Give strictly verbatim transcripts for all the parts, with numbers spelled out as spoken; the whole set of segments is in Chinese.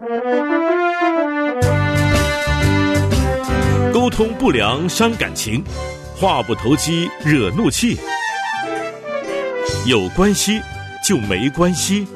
沟通不良伤感情，话不投机惹怒气，有关系就没关系。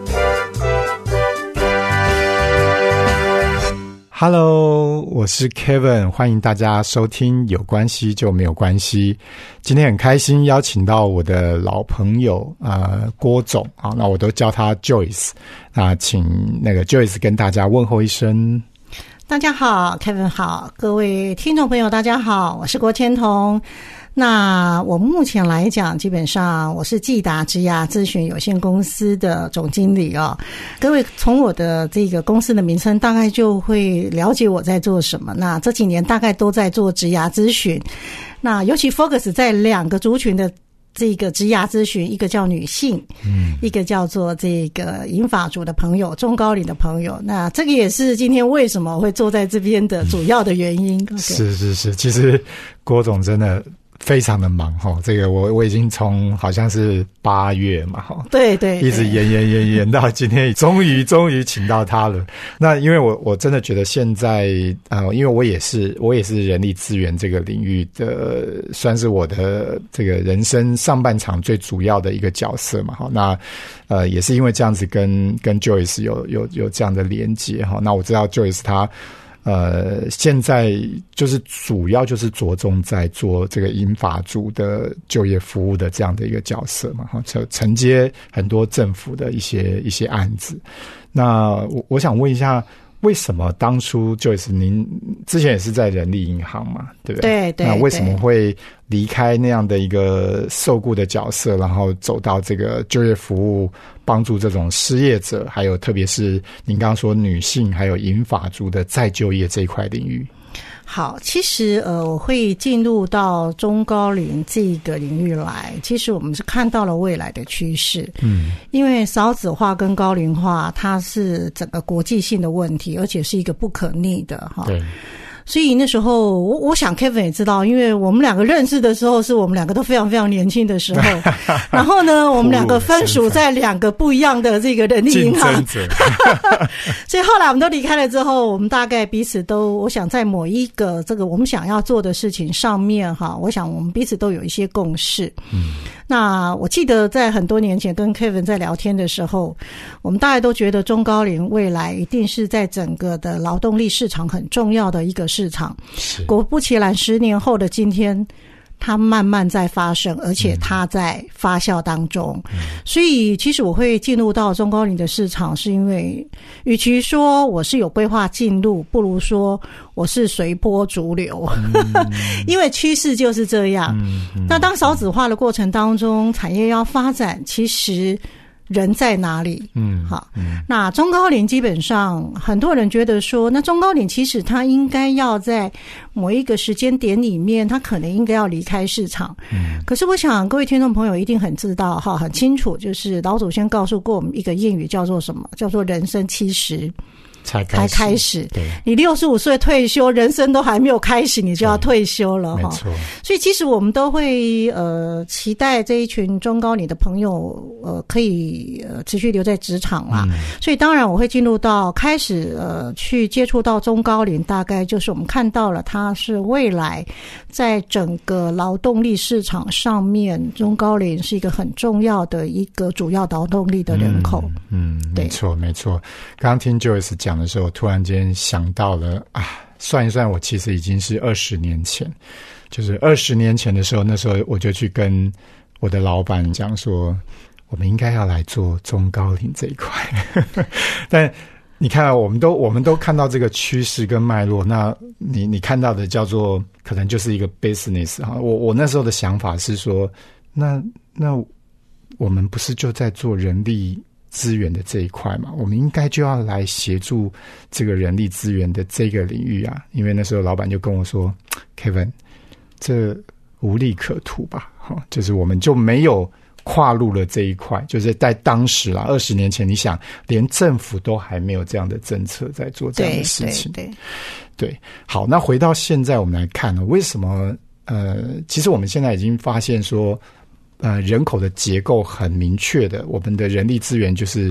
Hello， 我是 Kevin， 欢迎大家收听有关系就没有关系。今天很开心邀请到我的老朋友呃郭总啊，那我都叫他 Joyce， 那请那个 Joyce 跟大家问候一声。 大家好 Kevin 好，各位听众朋友大家好，我是郭千彤。那我目前来讲，基本上我是季达职涯咨询有限公司的总经理哦。各位从我的这个公司的名称大概就会了解我在做什么。那这几年大概都在做职涯咨询，那尤其 focus 在两个族群的这个职涯咨询，一个叫女性，嗯，一个叫做这个银发族的朋友，中高龄的朋友。那这个也是今天为什么会坐在这边的主要的原因。嗯 okay、 是是是，其实郭总真的非常的忙齁，这个我我已经从好像是八月嘛齁， 对对， 一直延延延延到今天，终于终于请到他了。那因为我我真的觉得现在呃，因为我也是我也是人力资源这个领域的，算是我的这个人生上半场最主要的一个角色嘛齁。那呃也是因为这样子跟跟 Joyce 有有有这样的连结齁。那我知道 Joyce 他呃，现在就是主要就是着重在做这个银发族的就业服务的这样的一个角色嘛，哈，承接很多政府的一些一些案子。那我我想问一下，为什么当初 Joyce 您之前也是在人力银行嘛，对不对？ 对对。 那为什么会离开那样的一个受雇的角色，然后走到这个就业服务，帮助这种失业者，还有特别是您刚刚说女性还有银发族的再就业这一块领域？ 好，其实呃，我会进入到中高龄这个领域来，其实我们是看到了未来的趋势。嗯，因为少子化跟高龄化，它是整个国际性的问题，而且是一个不可逆的哈。对。所以那时候我我想 Kevin 也知道，因为我们两个认识的时候是我们两个都非常非常年轻的时候，然后呢我们两个分属在两个不一样的这个人力银行，所以后来我们都离开了之后，我们大概彼此都我想在某一个这个我们想要做的事情上面哈，我想我们彼此都有一些共识。嗯，那我记得在很多年前跟 Kevin 在聊天的时候，我们大概都觉得中高龄未来一定是在整个的劳动力市场很重要的一个市场。果不其然，十年后的今天它慢慢在发生，而且它在发酵当中。嗯、所以其实我会进入到中高龄的市场，是因为与其说我是有规划进入，不如说我是随波逐流。嗯、因为趋势就是这样。嗯嗯、那当少子化的过程当中，产业要发展，其实人在哪里？嗯，好，嗯，那中高龄基本上很多人觉得说，那中高龄其实他应该要在某一个时间点里面，他可能应该要离开市场。嗯，可是我想各位听众朋友一定很知道哈，很清楚，就是老祖先告诉过我们一个谚语，叫做什么？叫做人生七十才开始，开始对，你六十五岁退休，人生都还没有开始，你就要退休了哈。没错，所以其实我们都会呃期待这一群中高龄的朋友呃可以呃持续留在职场啦。嗯、所以当然我会进入到开始呃去接触到中高龄，大概就是我们看到了它是未来在整个劳动力市场上面，中高龄是一个很重要的一个主要劳动力的人口。 嗯，嗯没错没错。刚刚听 Joyce 讲的时候，突然间想到了啊，算一算，我其实已经是二十年前，就是二十年前的时候，那时候我就去跟我的老板讲说，我们应该要来做中高龄这一块。但你看啊，我们都我们都看到这个趋势跟脉络，那你你看到的叫做可能就是一个 business 哈。我我那时候的想法是说，那那我们不是就在做人力资源的这一块嘛，我们应该就要来协助这个人力资源的这个领域啊。因为那时候老板就跟我说 Kevin 这无利可图吧，就是我们就没有跨入了这一块，就是在当时啦，二十年前，你想连政府都还没有这样的政策在做这样的事情。对对 对, 对，好，那回到现在我们来看呢，为什么呃，其实我们现在已经发现说，呃，人口的结构很明确的，我们的人力资源就是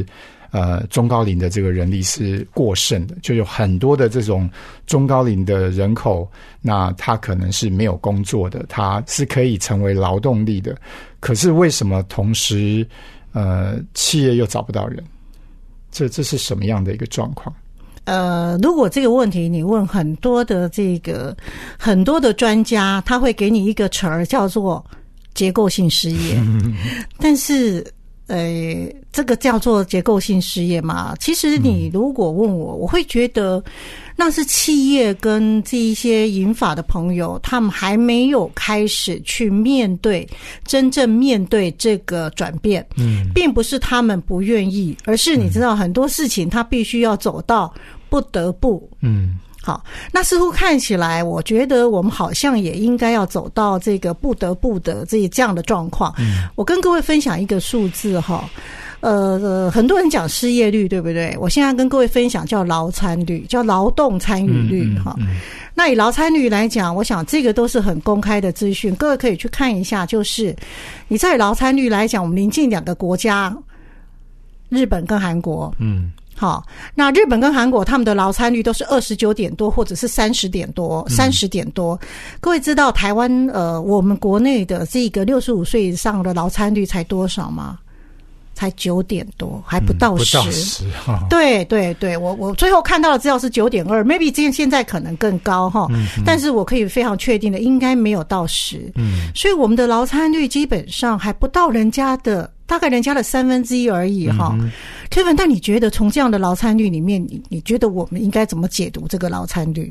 呃中高龄的这个人力是过剩的，就有很多的这种中高龄的人口，那他可能是没有工作的，他是可以成为劳动力的，可是为什么同时呃企业又找不到人？这这是什么样的一个状况？ 呃，如果这个问题你问很多的这个很多的专家，他会给你一个词儿叫做结构性失业，但是呃，这个叫做结构性失业嘛？其实你如果问我，我会觉得那是企业跟这一些银发的朋友，他们还没有开始去面对，真正面对这个转变。嗯，并不是他们不愿意，而是你知道很多事情他必须要走到不得不。嗯。好，那似乎看起来，我觉得我们好像也应该要走到这个不得不的这这样的状况。嗯，我跟各位分享一个数字哈，呃，很多人讲失业率，对不对？我现在跟各位分享叫劳参率，叫劳动参与率哈。嗯嗯嗯、那以劳参率来讲，我想这个都是很公开的资讯，各位可以去看一下。就是你在劳参率来讲，我们邻近两个国家，日本跟韩国，嗯。好，那日本跟韩国他们的劳参率都是二十九点多，或者是三十点多，三十点多。各位知道台湾呃，我们国内的这个六十五岁以上的劳参率才多少吗？才九点多，还不到十。嗯、不到十、哦。对对对，我我最后看到的资料是九点二 ，maybe 现现在可能更高哈。嗯嗯、但是我可以非常确定的，应该没有到十。嗯。所以我们的劳参率基本上还不到人家的。大概人家的三分之一而已哈、嗯、，Kevin， 但你觉得从这样的劳参率里面，你你觉得我们应该怎么解读这个劳参率？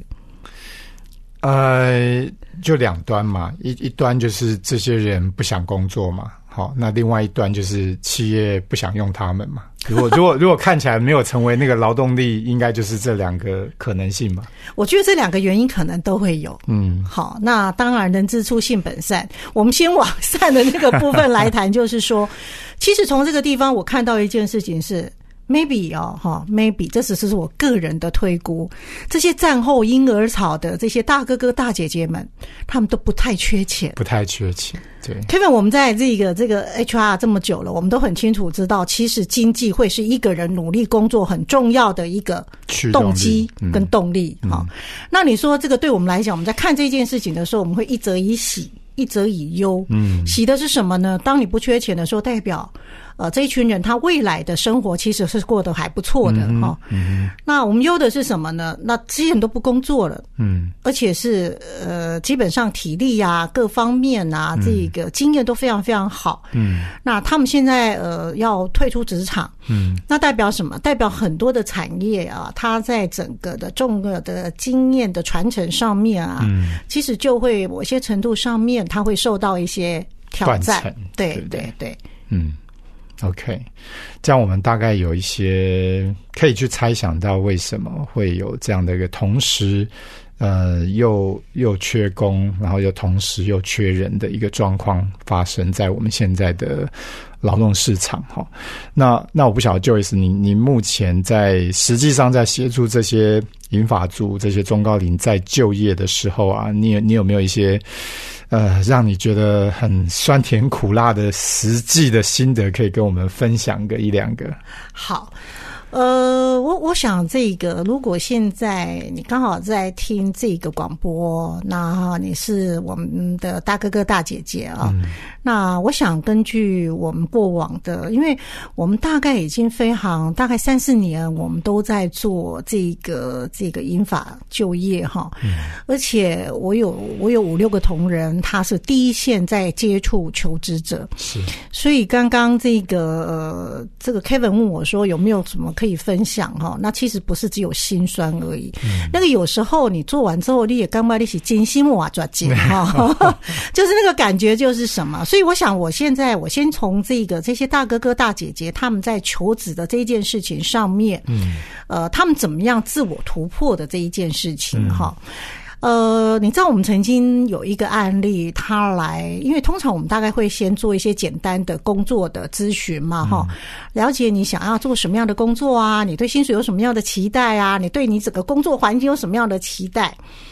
呃，就两端嘛，一一端就是这些人不想工作嘛，好，那另外一端就是企业不想用他们嘛。如果如果如果看起来没有成为那个劳动力，应该就是这两个可能性嘛。 我觉得这两个原因可能都会有。嗯，好，那当然人之初性本善，我们先往善的那个部分来谈，就是说，其实从这个地方我看到一件事情是。maybe 哦哈 maybe 这只是我个人的推估，这些战后婴儿潮的这些大哥哥大姐姐们，他们都不太缺钱， 不太缺钱。对 Kevin， 我们在这个这个 H R 这么久了，我们都很清楚知道，其实经济会是一个人努力工作很重要的一个动机跟动力。好、嗯，那你说这个对我们来讲，我们在看这件事情的时候，我们会一则以喜，一则以忧。嗯，喜的是什么呢？当你不缺钱的时候，代表呃，这一群人他未来的生活其实是过得还不错的哈、嗯嗯。那我们忧的是什么呢？那这些人都不工作了，嗯，而且是呃，基本上体力啊、各方面啊，嗯、这个经验都非常非常好，嗯。那他们现在呃要退出职场，嗯，那代表什么？代表很多的产业啊，它在整个的重要的经验的传承上面啊，嗯，其实就会某些程度上面，它会受到一些挑战，对对 对, 对， 嗯。OK， 这样我们大概有一些可以去猜想到为什么会有这样的一个同时呃又又缺工，然后又同时又缺人的一个状况发生在我们现在的劳动市场哈。那那我不晓得 Joyce 你你目前在实际上在协助这些银发族这些中高龄在就业的时候啊，你有你有没有一些呃，让你觉得很酸甜苦辣的实际的心得，可以跟我们分享个一两个？ 好，呃，我我想这个，如果现在你刚好在听这个广播，那你是我们的大哥哥大姐姐啊，嗯、那我想根据我们过往的，因为我们大概已经飞航大概三四年，我们都在做这个这个银发就业哈，嗯、而且我有我有五六个同仁，他是第一线在接触求职者， 是， 所以刚刚这个呃这个 Kevin 问我说有没有什么可以分享哈？那其实不是只有心酸而已，嗯、那个有时候你做完之后，你也刚把你是真心话抓紧哈，就是那个感觉就是什么。所以我想，我现在我先从这个这些大哥哥大姐姐他们在求职的这一件事情上面，嗯，呃，他们怎么样自我突破的这一件事情哈。嗯呃，你知道我们曾经有一个案例，他来，因为通常我们大概会先做一些简单的工作的咨询嘛，哈、嗯，了解你想要做什么样的工作啊，你对薪水有什么样的期待啊，你对你整个工作环境有什么样的期待。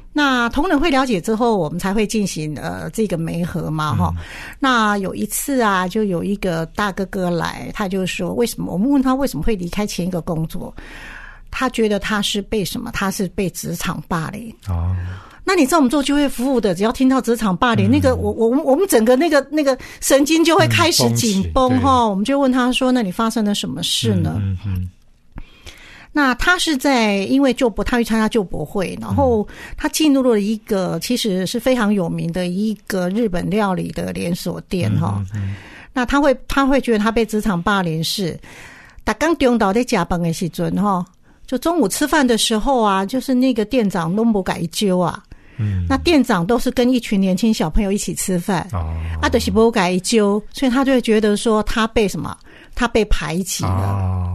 那同仁会了解之后，我们才会进行呃这个媒合嘛哈、嗯。那有一次啊，就有一个大哥哥来，他就说为什么？我们问他为什么会离开前一个工作，他觉得他是被什么？他是被职场霸凌哦。那你知道我们做就业服务的，只要听到职场霸凌，嗯、那个我我我们整个那个那个神经就会开始紧绷哈、嗯。我们就问他说：“那你发生了什么事呢？”嗯嗯嗯那他是在因为就博，他去参加就博会，然后他进入了一个其实是非常有名的一个日本料理的连锁店哈、嗯嗯。那他会他会觉得他被职场霸凌是，打刚中岛在加班的时阵哈，就中午吃饭的时候啊，就是那个店长都不改揪啊。嗯，那店长都是跟一群年轻小朋友一起吃饭，哦，啊，就是不改揪，所以他就会觉得说他被什么，他被排挤了。哦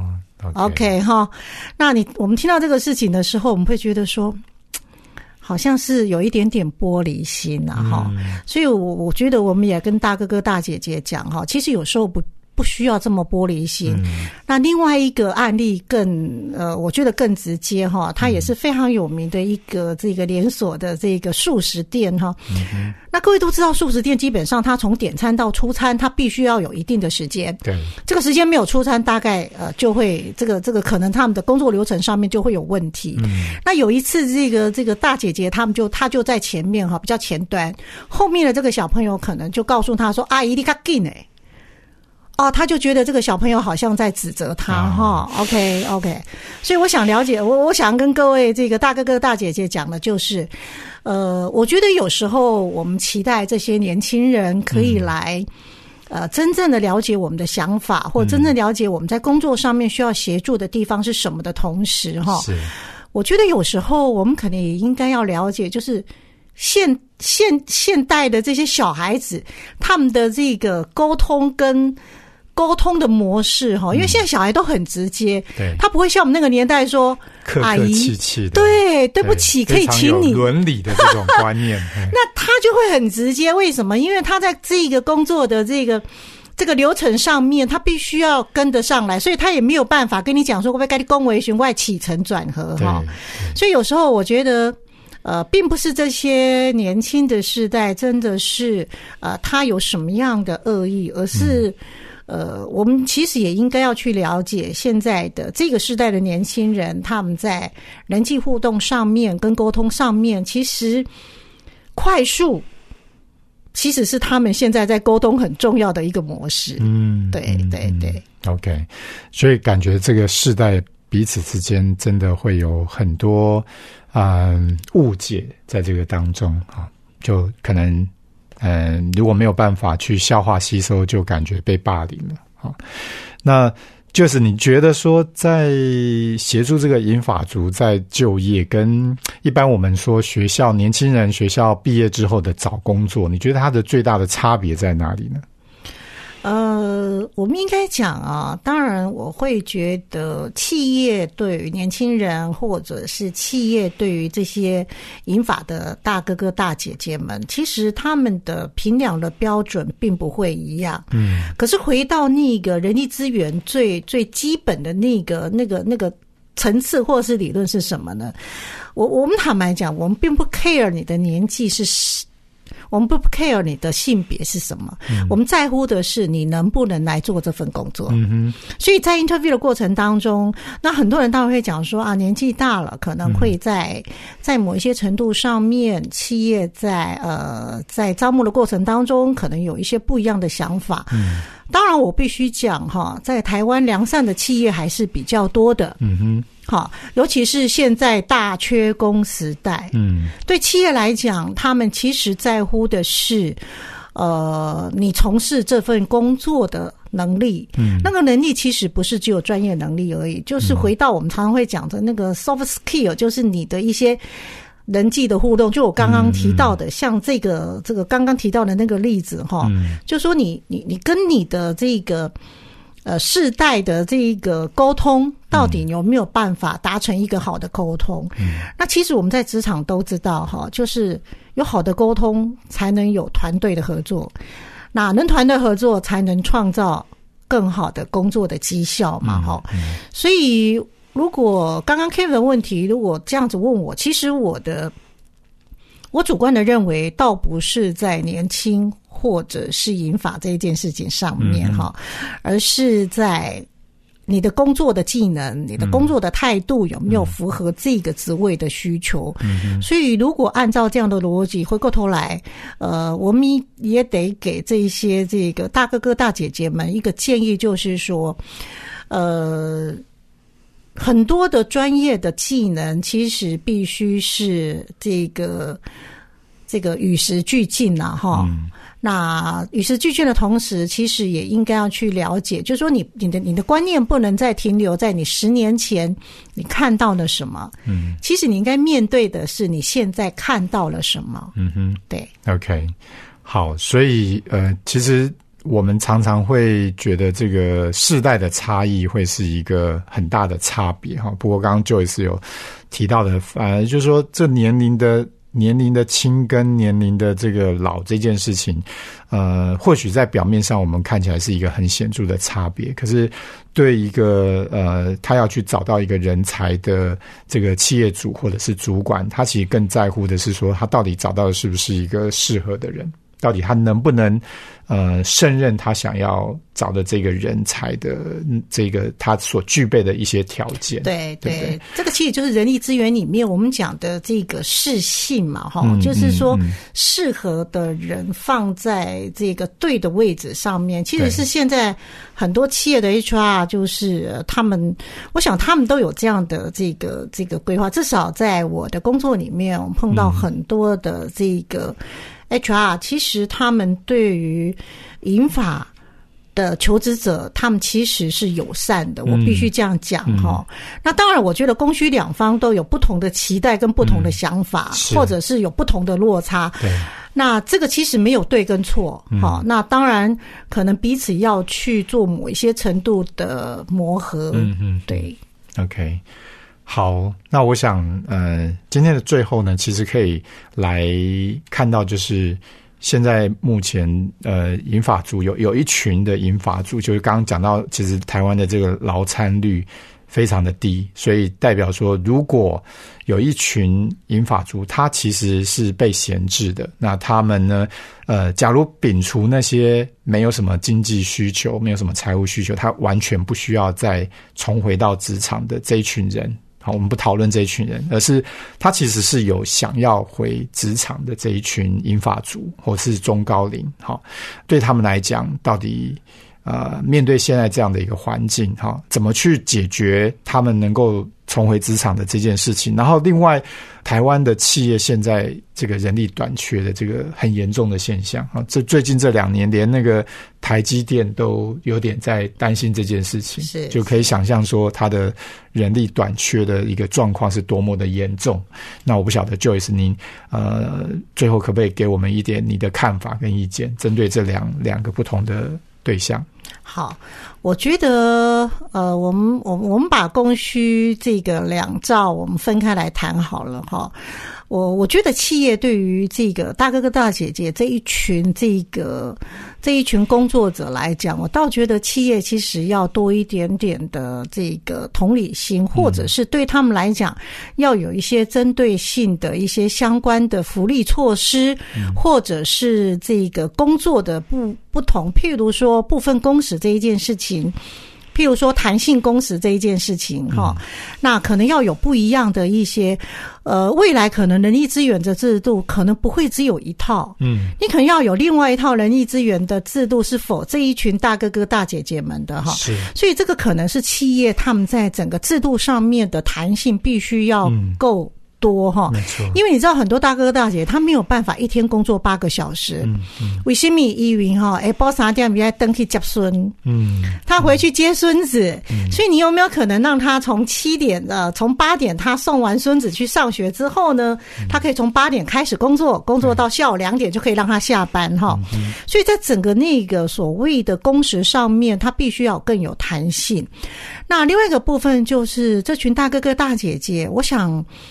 OK 哈，那你我们听到这个事情的时候，我们会觉得说，好像是有一点点玻璃心啊哈、嗯，所以我我觉得我们也跟大哥哥大姐姐讲哈，其实有时候不不需要这么玻璃心。嗯、那另外一个案例更呃，我觉得更直接哈，它也是非常有名的一个这个连锁的这个素食店哈。嗯那各位都知道，素食店基本上它从点餐到出餐，它必须要有一定的时间。对，这个时间没有出餐，大概呃就会这个这个可能他们的工作流程上面就会有问题。嗯，那有一次这个这个大姐姐他们就她就在前面哈，比较前端，后面的这个小朋友可能就告诉她说：“阿姨，你较紧诶。”哦，他就觉得这个小朋友好像在指责他哈、哦。OK OK， 所以我想了解，我我想跟各位这个大哥哥大姐姐讲的就是，呃，我觉得有时候我们期待这些年轻人可以来，嗯、呃，真正的了解我们的想法，或真正了解我们在工作上面需要协助的地方是什么的同时哈，是，我觉得有时候我们可能也应该要了解，就是现现现代的这些小孩子他们的这个沟通跟沟通的模式哈，因为现在小孩都很直接，对，他不会像我们那个年代说客客气气的， 对，对不起，可以请你， 伦理的这种观念， 那他就会很直接。为什么？因为他在这个工作的这个这个流程上面，他必须要跟得上来，所以他也没有办法跟你讲说会不会跟你恭维询外起承转合哈。所以有时候我觉得。呃，并不是这些年轻的世代真的是呃，他有什么样的恶意，而是、嗯、呃，我们其实也应该要去了解现在的这个世代的年轻人，他们在人际互动上面跟沟通上面，其实快速其实是他们现在在沟通很重要的一个模式。嗯，对对对、 嗯、，OK， 所以感觉这个世代彼此之间真的会有很多。嗯，误解在这个当中啊，就可能嗯，如果没有办法去消化吸收，就感觉被霸凌了啊。那就是你觉得说，在协助这个银发族在就业，跟一般我们说学校年轻人学校毕业之后的找工作，你觉得它的最大的差别在哪里呢？ 呃，我们应该讲啊，当然我会觉得企业对于年轻人，或者是企业对于这些银发的大哥哥大姐姐们，其实他们的评量的标准并不会一样。嗯，可是回到那个人力资源最最基本的那个那个那个层次或者是理论是什么呢？我我们坦白讲，我们并不 care 你的年纪是。我们不 care 你的性别是什么、嗯、我们在乎的是你能不能来做这份工作、嗯、哼所以在 interview 的过程当中，那很多人当然会讲说啊，年纪大了可能会在、嗯、在某一些程度上面，企业在呃在招募的过程当中可能有一些不一样的想法、嗯、当然我必须讲哈，在台湾良善的企业还是比较多的。嗯哼，好，尤其是现在大缺工时代，嗯，对企业来讲，他们其实在乎的是，呃，你从事这份工作的能力，嗯，那个能力其实不是只有专业能力而已，就是回到我们常常会讲的那个 soft skill， 就是你的一些人际的互动。就我刚刚提到的，嗯、像这个这个刚刚提到的那个例子哈，嗯、就说你你你跟你的这个。呃，世代的这一个沟通，到底有没有办法达成一个好的沟通？嗯，那其实我们在职场都知道哈，就是有好的沟通，才能有团队的合作，那能团队合作，才能创造更好的工作的绩效嘛，哈、嗯嗯。所以，如果刚刚 Kevin 的问题，如果这样子问我，其实我的我主观的认为，倒不是在年轻或者是银发这一件事情上面哈、嗯，而是在你的工作的技能、你的工作的态度有没有符合这个职位的需求。嗯、所以如果按照这样的逻辑，回过头来，呃，我们也得给这一些这个大哥哥大姐姐们一个建议，就是说，呃。很多的专业的技能其实必须是这个这个与时俱进啊齁、嗯、那与时俱进的同时，其实也应该要去了解，就是说你你的你的观念不能再停留在你十年前你看到了什么，嗯，其实你应该面对的是你现在看到了什么。嗯哼，对 OK 好，所以呃其实我们常常会觉得这个世代的差异会是一个很大的差别哈。不过刚刚 Joyce 有提到的，反而就是说这年龄的年龄的轻跟年龄的这个老这件事情，呃，或许在表面上我们看起来是一个很显著的差别，可是对一个呃他要去找到一个人才的这个企业主或者是主管，他其实更在乎的是说他到底找到的是不是一个适合的人。到底他能不能呃胜任他想要找的这个人才的这个他所具备的一些条件？ 对 对, 对，这个其实就是人力资源里面我们讲的这个适性嘛，哈、嗯，就是说适合的人放在这个对的位置上面，其实是现在很多企业的 H R 就是他们，我想他们都有这样的这个这个规划，至少在我的工作里面，我们碰到很多的这个。H R 其实他们对于银发的求职者，他们其实是友善的，我必须这样讲哈、嗯。那当然，我觉得供需两方都有不同的期待跟不同的想法，嗯、或者是有不同的落差。对，那这个其实没有对跟错，好、嗯，那当然可能彼此要去做某一些程度的磨合。嗯嗯，对。 OK。好，那我想呃今天的最后呢，其实可以来看到就是现在目前呃银发族有有一群的银发族，就是刚刚讲到其实台湾的这个劳参率非常的低，所以代表说如果有一群银发族他其实是被闲置的，那他们呢呃假如摒除那些没有什么经济需求，没有什么财务需求，他完全不需要再重回到职场的这一群人，好，我们不讨论这一群人，而是他其实是有想要回职场的这一群银发族或是中高龄。好，对他们来讲，到底呃面对现在这样的一个环境，哈，怎么去解决他们能够重回职场的这件事情？然后另外，台湾的企业现在这个人力短缺的这个很严重的现象啊，这最近这两年连那个台积电都有点在担心这件事情，是就可以想象说它的人力短缺的一个状况是多么的严重。那我不晓得 Joyce 您呃最后可不可以给我们一点你的看法跟意见，针对这两两个不同的对象？ 好，我觉得呃，我们我们我们把供需这个两兆我们分开来谈好了哈。我我觉得企业对于这个大哥哥大姐姐这一群这个这一群工作者来讲，我倒觉得企业其实要多一点点的这个同理心，或者是对他们来讲要有一些针对性的一些相关的福利措施，或者是这个工作的不不同，譬如说部分工时这一件事情。譬如说弹性工时这一件事情哈、嗯，那可能要有不一样的一些，呃，未来可能人力资源的制度可能不会只有一套，嗯，你可能要有另外一套人力资源的制度，是否这一群大哥哥大姐姐们的哈？是，所以这个可能是企业他们在整个制度上面的弹性必须要够。多哈，没错，因为你知道很多大哥大姐他没有办法一天工作八个小时，嗯嗯，为什么？因为哈，哎，包三点要登去接孙，嗯，他回去接孙子、嗯，所以你有没有可能让他从七点呃，从八点他送完孙子去上学之后呢，嗯、他可以从八点开始工作，工作到下午两点就可以让他下班哈、嗯，所以在整个那个所谓的工时上面，他必须要更有弹性。那另外一个部分就是这群大哥哥大姐姐，我想。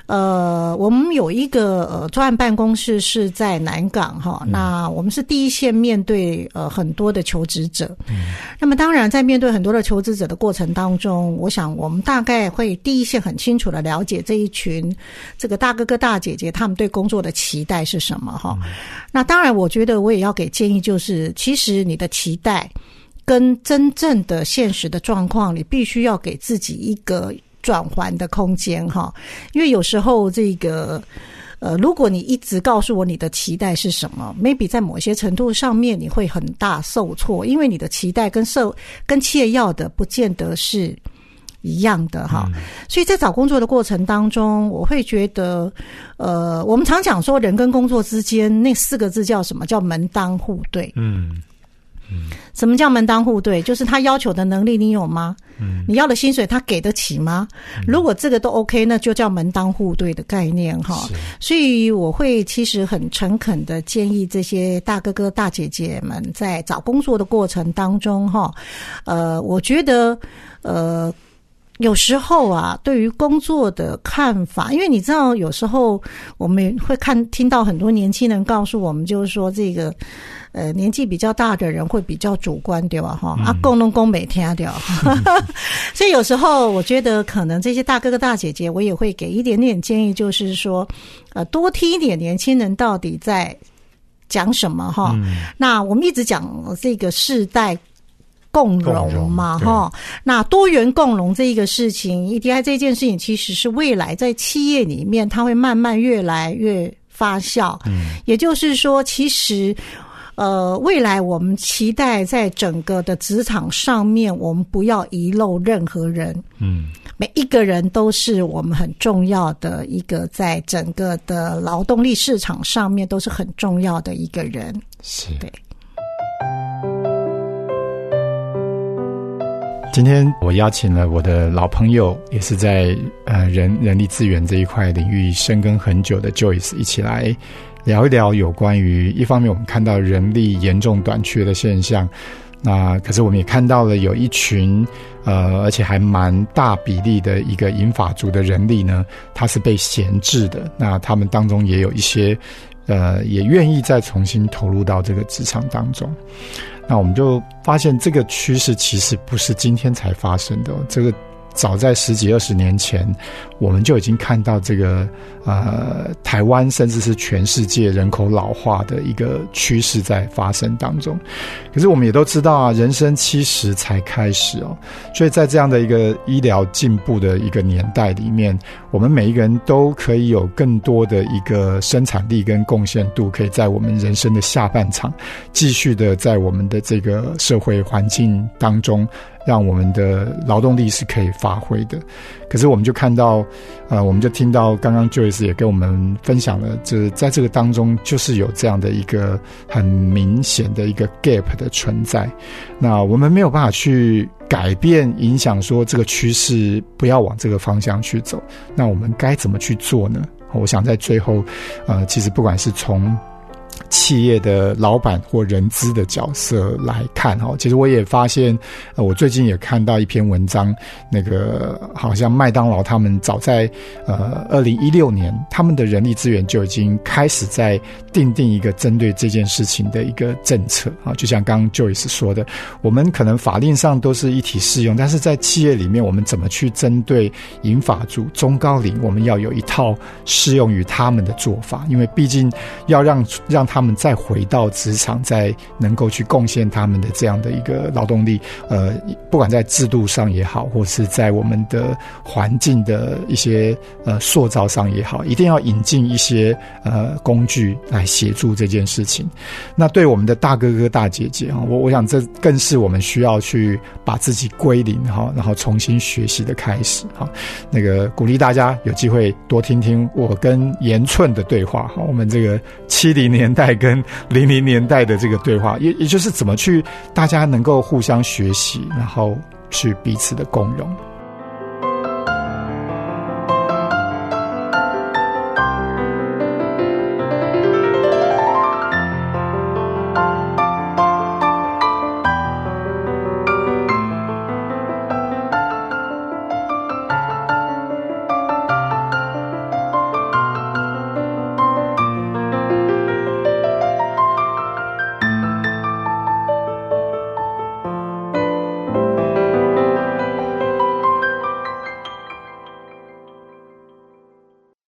呃，我们有一个呃专案办公室是在南港哈、嗯，那我们是第一线面对呃很多的求职者。嗯，那么当然在面对很多的求职者的过程当中，我想我们大概会第一线很清楚的了解这一群这个大哥哥大姐姐他们对工作的期待是什么哈、嗯。那当然，我觉得我也要给建议，就是其实你的期待跟真正的现实的状况，你必须要给自己一个转换的空间哈，因为有时候这个呃，如果你一直告诉我你的期待是什么 ，maybe 在某些程度上面你会很大受挫，因为你的期待跟社跟企业要的不见得是一样的哈、嗯。所以在找工作的过程当中，我会觉得，呃，我们常讲说人跟工作之间那四个字叫什么？叫门当户对。嗯。嗯，什么叫门当户对？就是他要求的能力你有吗？嗯，你要的薪水他给得起吗？嗯、如果这个都 OK， 那就叫门当户对的概念哈。所以我会其实很诚恳的建议这些大哥哥大姐姐们在找工作的过程当中哈，呃，我觉得呃。有时候啊，对于工作的看法，因为你知道，有时候我们会看听到很多年轻人告诉我们，就是说这个，呃，年纪比较大的人会比较主观，对吧？哈、嗯，啊，公弄公每天掉，所以有时候我觉得，可能这些大哥哥大姐姐，我也会给一点点建议，就是说，呃，多听一点年轻人到底在讲什么哈、嗯。那我们一直讲这个世代共荣嘛，哈，那多元共荣这一个事情 ，E D I 这件事情其实是未来在企业里面，它会慢慢越来越发酵。嗯，也就是说，其实，呃，未来我们期待在整个的职场上面，我们不要遗漏任何人。嗯，每一个人都是我们很重要的一个，在整个的劳动力市场上面都是很重要的一个人。 是， 对。 今天我邀请了我的老朋友，也是在呃人人力资源这一块领域深耕很久的 Joyce 一起来聊一聊有关于一方面我们看到人力严重短缺的现象，那可是我们也看到了有一群呃而且还蛮大比例的一个银发族的人力呢，它是被闲置的，那他们当中也有一些呃也愿意再重新投入到这个职场当中。那我们就发现这个趋势其实不是今天才发生的、哦，这个早在十几二十年前，我们就已经看到这个呃台湾甚至是全世界人口老化的一个趋势在发生当中。可是我们也都知道啊，人生七十才开始哦，所以在这样的一个医疗进步的一个年代里面，我们每一个人都可以有更多的一个生产力跟贡献度，可以在我们人生的下半场继续的在我们的这个社会环境当中，让我们的劳动力是可以发挥的。可是我们就看到呃，我们就听到刚刚 Joyce 也跟我们分享了，就是在这个当中就是有这样的一个很明显的一个 gap 的存在。那我们没有办法去改变影响说这个趋势不要往这个方向去走，那我们该怎么去做呢？我想在最后呃，其实不管是从企业的老板或人资的角色来看哦，其实我也发现，呃，我最近也看到一篇文章，那个好像麦当劳他们早在呃二零一六年，他们的人力资源就已经开始在订定一个针对这件事情的一个政策啊，就像刚刚 Joyce 说的，我们可能法令上都是一体适用，但是在企业里面，我们怎么去针对银发族、中高龄，我们要有一套适用于他们的做法，因为毕竟要让让他们再回到职场，再能够去贡献他们的这样的一个劳动力，呃，不管在制度上也好，或是在我们的环境的一些呃塑造上也好，一定要引进一些呃工具来协助这件事情。那对我们的大哥哥大姐姐我我想这更是我们需要去把自己归零哈，然后重新学习的开始哈。那个鼓励大家有机会多听听我跟严寸的对话哈，我们这个七零年代跟零零年代的这个对话，也也就是怎么去大家能够互相学习，然后去彼此的共融。